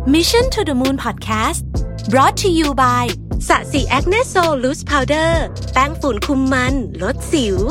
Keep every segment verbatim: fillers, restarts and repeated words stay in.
Mission to the Moon Podcast brought to you by สะสีแอคเนสโซลูสพาวเดอร์แป้งฝุ่นคุมมันลดสิว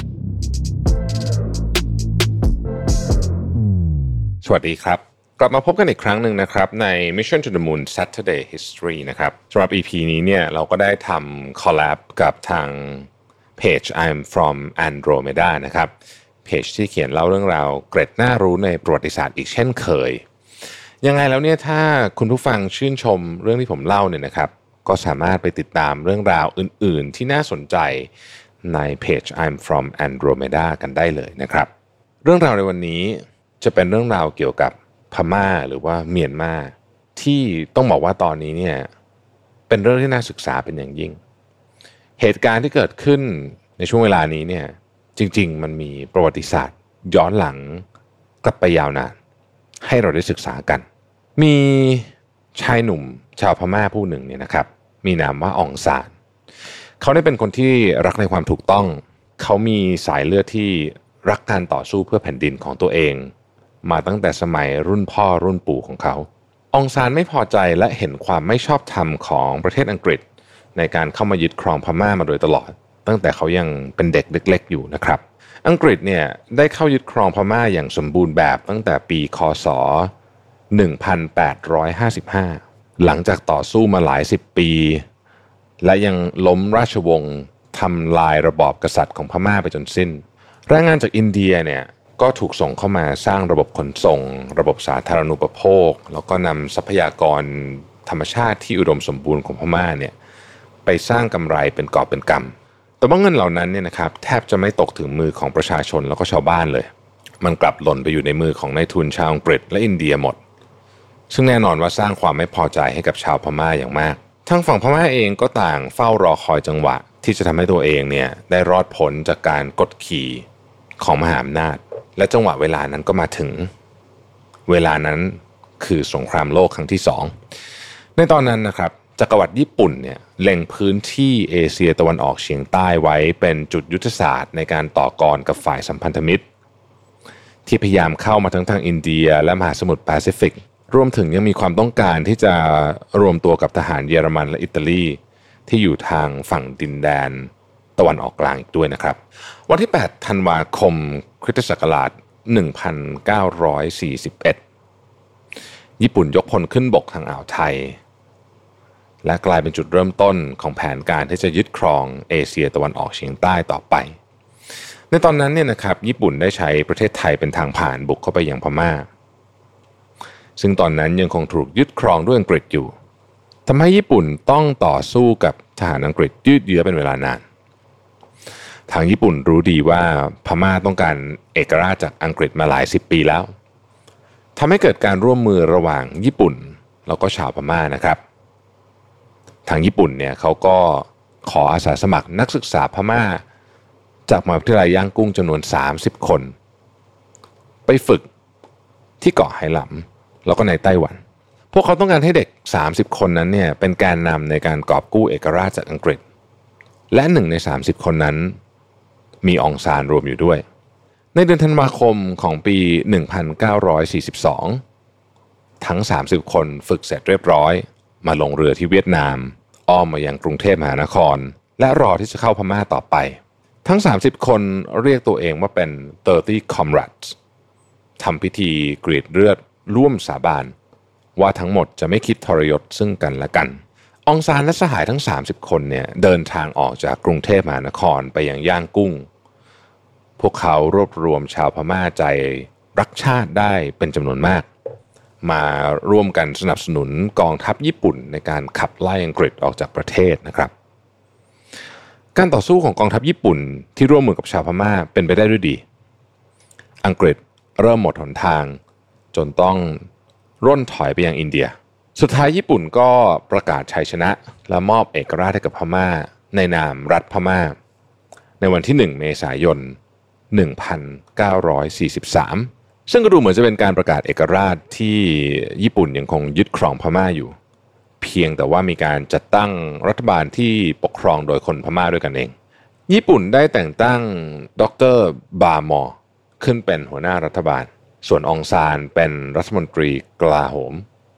สวัสดีครับกลับมาพบกันอีกครั้งหนึ่งนะครับใน Mission to the Moon Saturday History นะครับสำหรับ อี พี นี้เนี่ยเราก็ได้ทำคอลแลบกับทางเพจ I'm from Andromeda นะครับเพจที่เขียนเล่าเรื่องราวเกร็ดน่ารู้ในประวัติศาสตร์อีกเช่นเคยยังไงแล้วเนี่ยถ้าคุณผู้ฟังชื่นชมเรื่องที่ผมเล่าเนี่ยนะครับก็สามารถไปติดตามเรื่องราวอื่นๆที่น่าสนใจในเพจ I'm from Andromeda กันได้เลยนะครับเรื่องราวในวันนี้จะเป็นเรื่องราวเกี่ยวกับพม่าหรือว่าเมียนมาที่ต้องบอกว่าตอนนี้เนี่ยเป็นเรื่องที่น่าศึกษาเป็นอย่างยิ่งเหตุการณ์ที่เกิดขึ้นในช่วงเวลานี้เนี่ยจริงๆมันมีประวัติศาสตร์ย้อนหลังกลับไปยาวนานให้เราได้ศึกษากันมีชายหนุ่มชาวพม่าผู้หนึ่งเนี่ยนะครับมีนามว่าอองซานเขาได้เป็นคนที่รักในความถูกต้องเขามีสายเลือดที่รักการต่อสู้เพื่อแผ่นดินของตัวเองมาตั้งแต่สมัยรุ่นพ่อรุ่นปู่ของเขาอองซานไม่พอใจและเห็นความไม่ชอบธรรมของประเทศอังกฤษในการเข้ามายึดครองพม่ามาโดยตลอดตั้งแต่เขายังเป็นเด็กเล็กๆอยู่นะครับอังกฤษเนี่ยได้เข้ายึดครองพม่าอย่างสมบูรณ์แบบตั้งแต่ปีค.ศ. หนึ่งพันแปดร้อยห้าสิบห้าหลังจากต่อสู้มาหลายสิบปีและยังล้มราชวงศ์ทำลายระบอบกษัตริย์ของพม่าไปจนสิ้นแรงงานจากอินเดียเนี่ยก็ถูกส่งเข้ามาสร้างระบบขนส่งระบบสาธารณูปโภคแล้วก็นำทรัพยากรธรรมชาติที่อุดมสมบูรณ์ของพม่าเนี่ยไปสร้างกำไรเป็นกอบเป็นกำแต่ว่าเงินเหล่านั้นเนี่ยนะครับแทบจะไม่ตกถึงมือของประชาชนแล้วก็ชาวบ้านเลยมันกลับหล่นไปอยู่ในมือของนายทุนชาวอังกฤษและอินเดียหมดซึ่งแน่นอนว่าสร้างความไม่พอใจให้กับชาวพม่าอย่างมากทั้งฝั่งพม่าเองก็ต่างเฝ้ารอคอยจังหวะที่จะทำให้ตัวเองเนี่ยได้รอดพ้นจากการกดขี่ของมหาอำนาจและจังหวะเวลานั้นก็มาถึงเวลานั้นคือสงครามโลกครั้งที่สองในตอนนั้นนะครับจักรวรรดิญี่ปุ่นเนี่ยเล็งพื้นที่เอเชียตะวันออกเฉียงใต้ไว้เป็นจุดยุทธศาสตร์ในการต่อกรกับฝ่ายสัมพันธมิตรที่พยายามเข้ามาทั้งทางอินเดียและมหาสมุทรแปซิฟิกรวมถึงยังมีความต้องการที่จะรวมตัวกับทหารเยอรมันและอิตาลีที่อยู่ทางฝั่งดินแดนตะวันออกกลางอีกด้วยนะครับวันที่แปดธันวาคมคริสตศักราชหนึ่งพันเก้าร้อยสี่สิบเอ็ดญี่ปุ่นยกพลขึ้นบกทางอ่าวไทยและกลายเป็นจุดเริ่มต้นของแผนการที่จะยึดครองเอเชียตะวันออกเฉียงใต้ต่อไปในตอนนั้นเนี่ยนะครับญี่ปุ่นได้ใช้ประเทศไทยเป็นทางผ่านบุกเข้าไปยังพม่าซึ่งตอนนั้นยังคงถูกยึดครองด้วยอังกฤษอยู่ทำให้ญี่ปุ่นต้องต่อสู้กับทหารอังกฤษยืดเยื้อเป็นเวลานานทางญี่ปุ่นรู้ดีว่าพม่าต้องการเอกราชจากอังกฤษมาหลายสิบปีแล้วทำให้เกิดการร่วมมือระหว่างญี่ปุ่นแล้วก็ชาวพม่านะครับทางญี่ปุ่นเนี่ยเขาก็ขออาสาสมัครนักศึกษาพม่าจากมหาวิทยาลัยย่างกุ้งจำนวนสามสิบคนไปฝึกที่เกาะไหหลำแล้วก็ในไต้หวันพวกเขาต้องการให้เด็กสามสิบคนนั้นเนี่ยเป็นแกนนำในการกอบกู้เอกราชจากอังกฤษและหนึ่งในสามสิบคนนั้นมีอองซานรวมอยู่ด้วยในเดือนธันวาคมของปีหนึ่งพันเก้าร้อยสี่สิบสองทั้งสามสิบคนฝึกเสร็จเรียบร้อยมาลงเรือที่เวียดนามอ้อมมายังกรุงเทพมหานครและรอที่จะเข้าพม่าต่อไปทั้งสามสิบคนเรียกตัวเองว่าเป็นสามสิบ comrades ทำพิธีกรีดเลือดร่วมสาบานว่าทั้งหมดจะไม่คิดทรยศซึ่งกันและกันอองซานและสหายทั้งสามสิบคนเนี่ยเดินทางออกจากกรุงเทพมหานครไปยังย่างกุ้งพวกเขารวบรวมชาวพม่าใจรักชาติได้เป็นจำนวนมากมาร่วมกันสนับสนุนกองทัพญี่ปุ่นในการขับไล่อังกฤษออกจากประเทศนะครับการต่อสู้ของกองทัพญี่ปุ่นที่ร่วมมือกับชาวพม่าเป็นไปได้ด้วยดีอังกฤษเริ่มหมดหนทางจนต้องร่นถอยไปยังอินเดียสุดท้ายญี่ปุ่นก็ประกาศชัยชนะและมอบเอกราชให้กับพม่าในนามรัฐพม่าในวันที่หนึ่งเมษายนหนึ่งพันเก้าร้อยสี่สิบสามซึ่งก็ดูเหมือนจะเป็นการประกาศเอกราชที่ญี่ปุ่นยังคงยึดครองพม่าอยู่เพียงแต่ว่ามีการจัดตั้งรัฐบาลที่ปกครองโดยคนพม่าด้วยกันเองญี่ปุ่นได้แต่งตั้งดร.บามอขึ้นเป็นหัวหน้ารัฐบาลส่วนอองซานเป็นรัฐมนตรีกลาโหม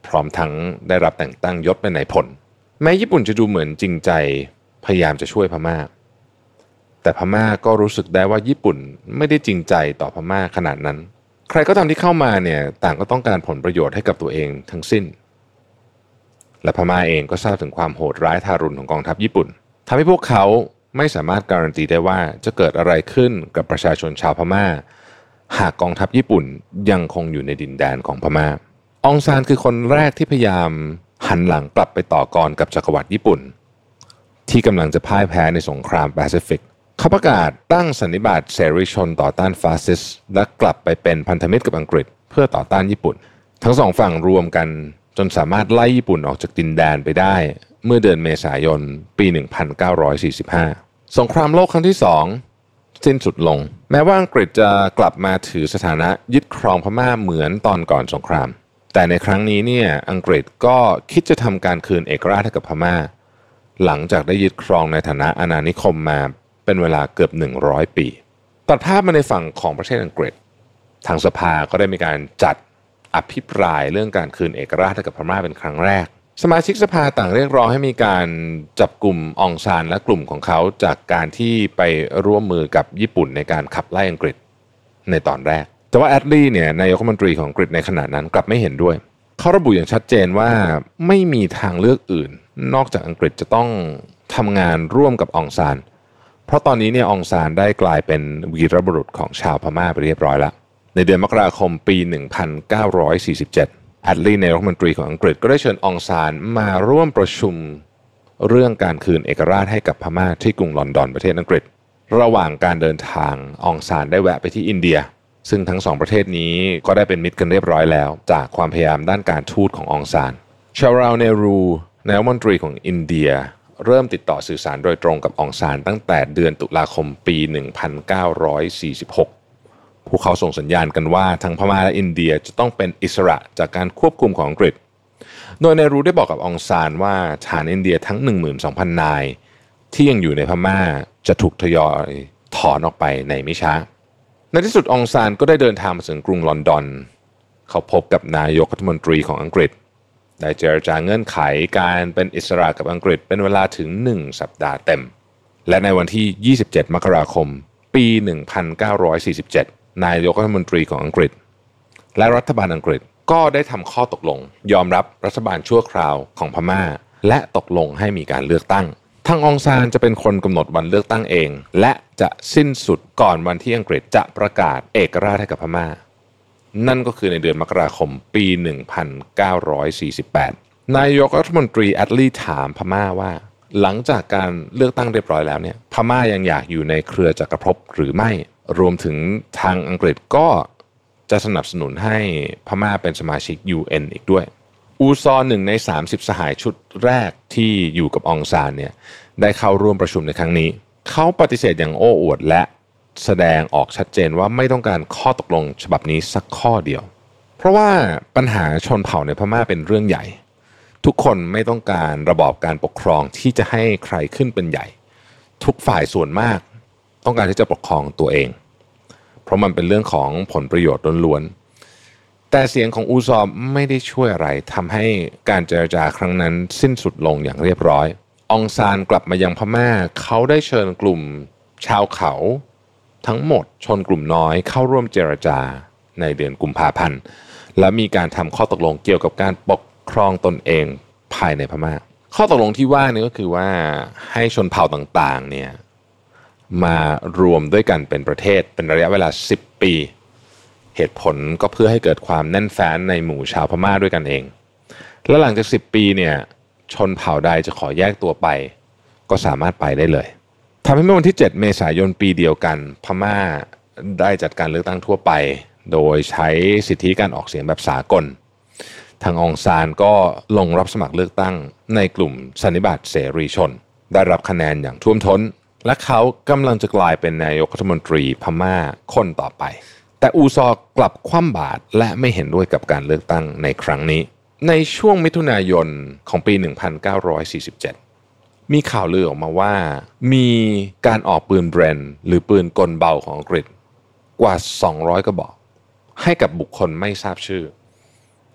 พร้อมทั้งได้รับแต่งตั้งยศเป็นนายพลแม้ญี่ปุ่นจะดูเหมือนจริงใจพยายามจะช่วยพม่าแต่พม่าก็รู้สึกได้ว่าญี่ปุ่นไม่ได้จริงใจต่อพม่าขนาดนั้นใครก็ตามที่เข้ามาเนี่ยต่างก็ต้องการผลประโยชน์ให้กับตัวเองทั้งสิ้นและพม่าเองก็ทราบถึงความโหดร้ายทารุณของกองทัพญี่ปุ่นทำให้พวกเขาไม่สามารถการันตีได้ว่าจะเกิดอะไรขึ้นกับประชาชนชาวพม่าหากกองทัพญี่ปุ่นยังคงอยู่ในดินแดนของพม่าองซานคือคนแรกที่พยายามหันหลังกลับไปต่อกรกับจักรวรรดิญี่ปุ่นที่กำลังจะพ่ายแพ้ในสงครามแปซิฟิกเขาประกาศตั้งสันนิบาตเสรีชนต่อต้านฟาสซิสต์และกลับไปเป็นพันธมิตรกับอังกฤษเพื่อต่อต้านญี่ปุ่นทั้งสองฝั่งรวมกันจนสามารถไล่ญี่ปุ่นออกจากดินแดนไปได้เมื่อเดือนเมษายนปีหนึ่งพันเก้าร้อยสี่สิบห้าสงครามโลกครั้งที่สองสิ้นสุดลงแม้ว่าอังกฤษจะกลับมาถือสถานะยึดครองพม่าเหมือนตอนก่อนสงครามแต่ในครั้งนี้เนี่ยอังกฤษก็คิดจะทำการคืนเอกราชให้กับพม่าหลังจากได้ยึดครองในฐานะอาณานิคมมาเป็นเวลาเกือบหนึ่งร้อยปีตัดภาพมาในฝั่งของประเทศอังกฤษทางสภาก็ได้มีการจัดอภิปรายเรื่องการคืนเอกราชให้กับพม่าเป็นครั้งแรกสมาชิกสภาต่างเรียกร้องให้มีการจับกลุ่มองซานและกลุ่มของเขาจากการที่ไปร่วมมือกับญี่ปุ่นในการขับไล่อังกฤษในตอนแรกแต่ว่าแอดลีย์เนี่ยนายกรัฐมนตรีของอังกฤษในขณะนั้นกลับไม่เห็นด้วยเขาระบุอย่างชัดเจนว่าไม่มีทางเลือกอื่นนอกจากอังกฤษจะต้องทำงานร่วมกับองซานเพราะตอนนี้เนี่ยองซานได้กลายเป็นวีรบุรุษของชาวพม่าไปเรียบร้อยแล้วในเดือนมกราคมปีหนึ่งพันเก้าร้อยสี่สิบเจ็ดแอดลีย์นายกรัฐมนตรีของอังกฤษก็ได้เชิญองซานมาร่วมประชุมเรื่องการคืนเอกราชให้กับพม่าที่กรุงลอนดอนประเทศอังกฤษระหว่างการเดินทางองซานได้แวะไปที่อินเดียซึ่งทั้งสองประเทศนี้ก็ได้เป็นมิตรกันเรียบร้อยแล้วจากความพยายามด้านการทูตขององซานชาวราลเนรูนายกรัฐมนตรีของอินเดียเริ่มติดต่อสื่อสารโดยตรงกับองซานตั้งแต่เดือนตุลาคมปีหนึ่งพันเก้าร้อยสี่สิบหกพวกเขาส่งสัญญาณกันว่าทั้งพม่าและอินเดียจะต้องเป็นอิสระจากการควบคุมของอังกฤษโดยเนรูได้บอกกับองซานว่าฐานอินเดียทั้ง หนึ่งหมื่นสองพัน นายที่ยังอยู่ในพม่าจะถูกทยอยถอนออกไปในไม่ช้าในที่สุดองซานก็ได้เดินทางมาถึงกรุงลอนดอนเขาพบกับนายกรัฐมนตรีของอังกฤษได้เจรจาเงื่อนไขการเป็นอิสระกับอังกฤษเป็นเวลาถึงหนึ่งสัปดาห์เต็มและในวันที่ยี่สิบเจ็ดมกราคมปีหนึ่งพันเก้าร้อยสี่สิบเจ็ดนายกรัฐมนตรีของอังกฤษและรัฐบาลอังกฤษก็ได้ทำข้อตกลงยอมรับรัฐบาลชั่วคราวของพม่าและตกลงให้มีการเลือกตั้งทางองซานจะเป็นคนกำหนดวันเลือกตั้งเองและจะสิ้นสุดก่อนวันที่อังกฤษจะประกาศเอกราชให้กับพม่านั่นก็คือในเดือนมกราคมปีหนึ่งพันเก้าร้อยสี่สิบแปดนายกรัฐมนตรีแอดลีย์ถามพม่าว่าหลังจากการเลือกตั้งเรียบร้อยแล้วเนี่ยพม่ายังอยากอยู่ในเครือจักรภพหรือไม่รวมถึงทางอังกฤษก็จะสนับสนุนให้พม่าเป็นสมาชิก ยู เอ็น อีกด้วยอูซอหนึ่งในสามสิบสหายชุดแรกที่อยู่กับองซานเนี่ยได้เข้าร่วมประชุมในครั้งนี้เขาปฏิเสธอย่างโอ้อวดและแสดงออกชัดเจนว่าไม่ต้องการข้อตกลงฉบับนี้สักข้อเดียวเพราะว่าปัญหาชนเผ่าในพม่าเป็นเรื่องใหญ่ทุกคนไม่ต้องการระบอบการปกครองที่จะให้ใครขึ้นเป็นใหญ่ทุกฝ่ายส่วนมากต้องการที่จะปกครองตัวเองเพราะมันเป็นเรื่องของผลประโยชน์ล้วนๆแต่เสียงของอูซอไม่ได้ช่วยอะไรทำให้การเจรจาครั้งนั้นสิ้นสุดลงอย่างเรียบร้อยองซานกลับมายังพม่าเขาได้เชิญกลุ่มชาวเขาทั้งหมดชนกลุ่มน้อยเข้าร่วมเจรจาในเดือนกุมภาพันธ์และมีการทำข้อตกลงเกี่ยวกับการปกครองตนเองภายในพม่าข้อตกลงที่ว่านี่ก็คือว่าให้ชนเผ่าต่างๆเนี่ยมารวมด้วยกันเป็นประเทศเป็นระยะเวลาสิบปีเหตุผลก็เพื่อให้เกิดความแน่นแฟ้นในหมู่ชาวพม่าด้วยกันเองและหลังจากสิบปีเนี่ยชนเผ่าใดจะขอแยกตัวไปก็สามารถไปได้เลยทำให้เมื่อวันที่เจ็ดเมษายนปีเดียวกันพม่าได้จัดการเลือกตั้งทั่วไปโดยใช้สิทธิการออกเสียงแบบสากลทางองซานก็ลงรับสมัครเลือกตั้งในกลุ่มสันนิบาตเสรีชนได้รับคะแนนอย่างท่วมท้นและเขากำลังจะกลายเป็นนายกรัฐมนตรีพม่าคนต่อไปแต่อูซอกลับคว่ำบาตรและไม่เห็นด้วยกับการเลือกตั้งในครั้งนี้ในช่วงมิถุนายนของปีหนึ่งพันเก้าร้อยสี่สิบเจ็ดมีข่าวลือออกมาว่ามีการออกปืนเบรนหรือปืนกลเบาของอังกฤษกว่าสองร้อยกระบอกให้กับบุคคลไม่ทราบชื่อ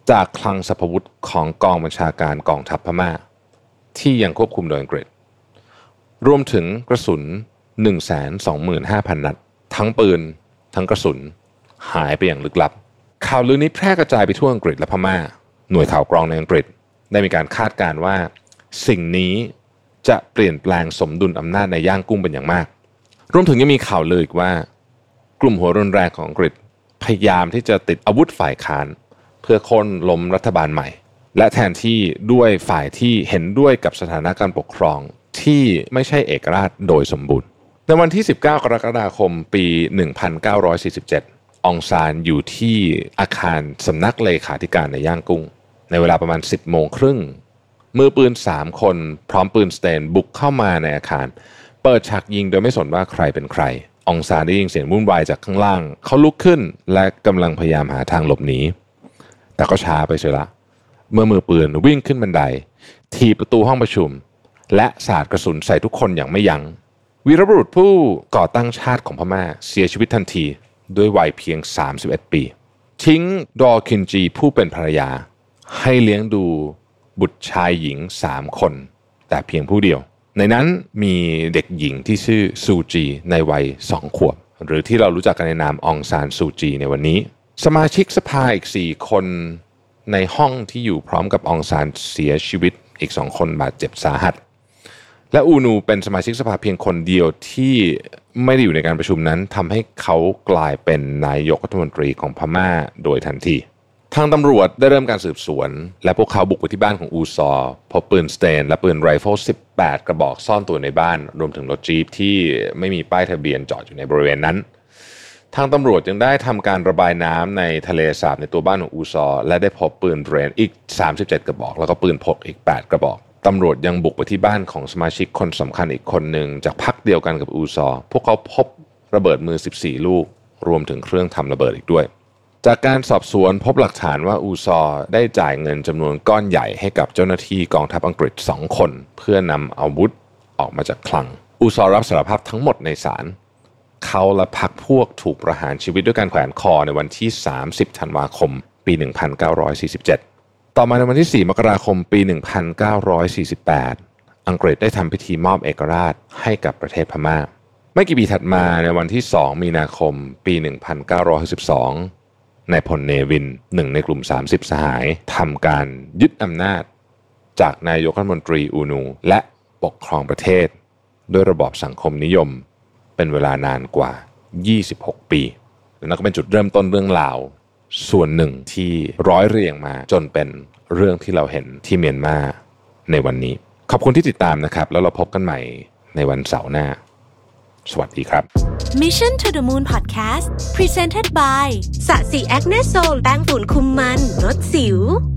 จากคลังสรรพาวุธของกองบัญชาการกองทัพพม่าที่ยังควบคุมโดยอังกฤษรวมถึงกระสุน หนึ่งแสนสองหมื่นห้าพัน นัดทั้งปืนทั้งกระสุนหายไปอย่างลึกลับข่าวลือนี้แพร่กระจายไปทั่วอังกฤษและพม่าหน่วยข่าวกรองในอังกฤษได้มีการคาดการณ์ว่าสิ่งนี้จะเปลี่ยนแปลงสมดุลอำนาจในย่างกุ้งเป็นอย่างมากรวมถึงยังมีข่าวลืออีกว่ากลุ่มหัวรุนแรงของอังกฤษพยายามที่จะติดอาวุธฝ่ายค้านเพื่อโค่นล้มรัฐบาลใหม่และแทนที่ด้วยฝ่ายที่เห็นด้วยกับสถานะการปกครองที่ไม่ใช่เอกราชโดยสมบูรณ์ในวันที่สิบเก้ากรกฎาคมปีหนึ่งพันเก้าร้อยสี่สิบเจ็ดองซานอยู่ที่อาคารสำนักเลขาธิการในย่างกุ้งในเวลาประมาณสิบโมงครึ่งมือปืนสามคนพร้อมปืนสเตนบุกเข้ามาในอาคารเปิดฉากยิงโดยไม่สนว่าใครเป็นใครองซานได้ยินเสียงวุ่นวายจากข้างล่างเขาลุกขึ้นและกำลังพยายามหาทางหลบหนีแต่ก็ช้าไปเสียละเมื่อมือปืนวิ่งขึ้นบันไดถีบประตูห้องประชุมและสาดกระสุนใส่ทุกคนอย่างไม่ยั้งวีรบุรุษผู้ก่อตั้งชาติของพม่าเสียชีวิตทันทีด้วยวัยเพียงสามสิบเอ็ดปีทิ้งดอคินจีผู้เป็นภรรยาให้เลี้ยงดูบุตรชายหญิงสามคนแต่เพียงผู้เดียวในนั้นมีเด็กหญิงที่ชื่อซูจีในวัยสองขวบหรือที่เรารู้จักกันในนามองซานซูจีในวันนี้สมาชิกสภาอีกสี่คนในห้องที่อยู่พร้อมกับองซานเสียชีวิตอีกสองคนบาดเจ็บสาหัสและอูนูเป็นสมาชิกสภาเพียงคนเดียวที่ไม่ได้อยู่ในการประชุมนั้นทำให้เขากลายเป็นนายกรัฐมนตรีของพม่าโดยทันทีทางตำรวจได้เริ่มการสืบสวนและพวกเขาบุกไปที่บ้านของอูซอพบปืนสเตนและปืนไรเฟิลสิบแปดกระบอกซ่อนตัวในบ้านรวมถึงรถจี๊ปที่ไม่มีป้ายทะเบียนจอดอยู่ในบริเวณนั้นทางตำรวจยังได้ทำการระบายน้ำในทะเลสาบในตัวบ้านของอูซอและได้พบปืนเบรนอีกสามสิบเจ็ดกระบอกแล้วก็ปืนพกอีกแปดกระบอกตำรวจยังบุกไปที่บ้านของสมาชิกคนสำคัญอีกคนหนึ่งจากพรรคเดียวกันกับอูซอพวกเขาพบระเบิดมือสิบสี่ลูกรวมถึงเครื่องทำระเบิดอีกด้วยจากการสอบสวนพบหลักฐานว่าอูซอได้จ่ายเงินจำนวนก้อนใหญ่ให้กับเจ้าหน้าที่กองทัพอังกฤษสองคนเพื่อนำอาวุธออกมาจากคลังอูซอรับสารภาพทั้งหมดในศาลเขาและพรรคพวกถูกประหารชีวิตด้วยการแขวนคอในวันที่สามสิบธันวาคมปีหนึ่งพันเก้าร้อยสี่สิบเจ็ดต่อมาในวันที่สี่มกราคมปีหนึ่งพันเก้าร้อยสี่สิบแปดอังกฤษได้ทำพิธีมอบเอกราชให้กับประเทศพม่าไม่กี่ปีถัดมาในวันที่สองมีนาคมปีหนึ่งพันเก้าร้อยสิบสองนายพลเนวินหนึ่งในกลุ่มสามสิบสหายทำการยึดอำนาจจากนายกรัฐมนตรีอูนูและปกครองประเทศด้วยระบอบสังคมนิยมเป็นเวลานานกว่ายี่สิบหกปีและนั่นก็เป็นจุดเริ่มต้นเรื่องราวส่วนหนึ่งที่ร้อยเรียงมาจนเป็นเรื่องที่เราเห็นที่เมียนมาในวันนี้ขอบคุณที่ติดตามนะครับแล้วเราพบกันใหม่ในวันเสาร์หน้าสวัสดีครับ Mission to the Moon Podcast Presented by สะสีแอคเนสโซลแป้งฝุ่นคุมมันลดสิว